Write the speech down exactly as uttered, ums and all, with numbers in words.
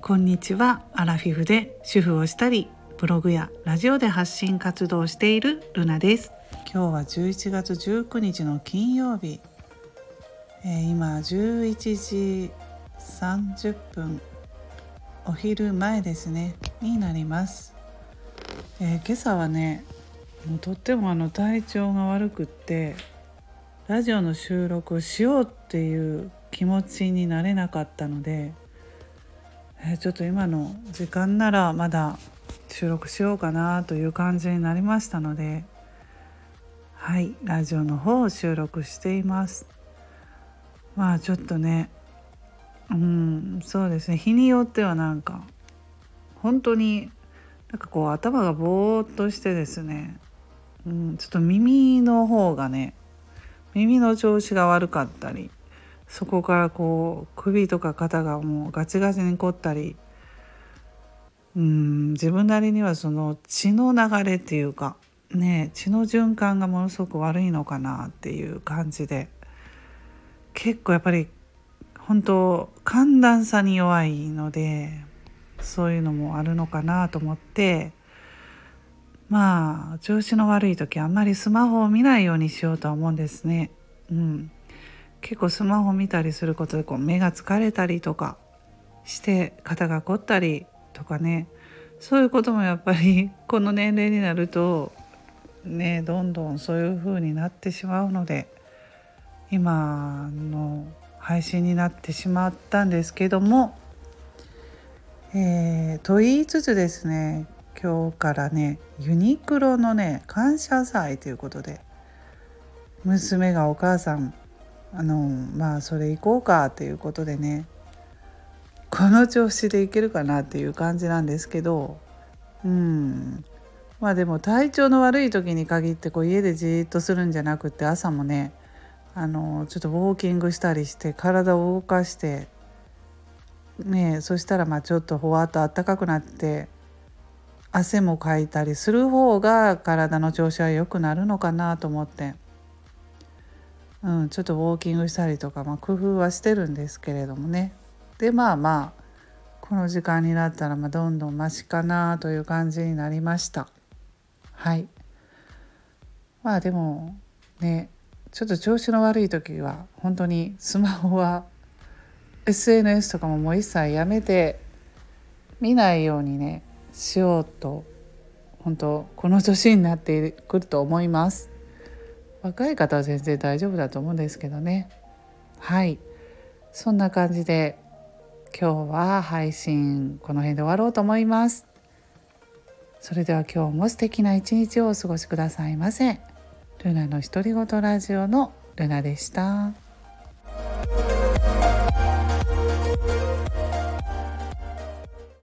こんにちは。アラフィフで主婦をしたりブログやラジオで発信活動をしているルナです。今日はじゅういちがつじゅうくにちの金曜日、えー、今じゅういちじさんじゅっぷん、お昼前ですねになります。えー、今朝はねもうとってもあの体調が悪くってラジオの収録をしようっていう気持ちになれなかったので、えー、ちょっと今の時間ならまだ収録しようかなという感じになりましたので、はいラジオの方を収録しています。まあちょっとねうんそうですね、日によってはなんか本当になんかこう頭がぼーっとしてですね、うん、ちょっと耳の方がね耳の調子が悪かったり、そこからこう首とか肩がもうガチガチに凝ったり、うん自分なりにはその血の流れっていうかね血の循環がものすごく悪いのかなっていう感じで、結構やっぱり本当寒暖差に弱いのでそういうのもあるのかなと思って、まあ調子の悪い時あんまりスマホを見ないようにしようとは思うんですね。うん、結構スマホ見たりすることでこう目が疲れたりとかして肩が凝ったりとかね、そういうこともやっぱりこの年齢になるとねどんどんそういう風になってしまうので、今の配信になってしまったんですけども、えー、と言いつつですね、今日からねユニクロのね感謝祭ということで、娘がお母さんあのまあそれ行こうかということでね、この調子でいけるかなっていう感じなんですけど、うんまあでも体調の悪い時に限ってこう家でじーっとするんじゃなくて、朝もねあのちょっとウォーキングしたりして体を動かしてね、そしたらまあちょっとほわっと暖かくなって汗もかいたりする方が体の調子は良くなるのかなと思って、うん、ちょっとウォーキングしたりとか、まあ、工夫はしてるんですけれどもね。でまあまあこの時間になったらまあどんどんマシかなという感じになりました。はいまあでもねちょっと調子の悪い時は本当にスマホは エスエヌエス とかももう一切やめて見ないようにねしようと、本当この年になってくると思います。若い方は全然大丈夫だと思うんですけどね。はいそんな感じで今日は配信この辺で終わろうと思います。それでは今日も素敵な一日をお過ごしくださいませ。ルナの独り言ラジオのルナでした。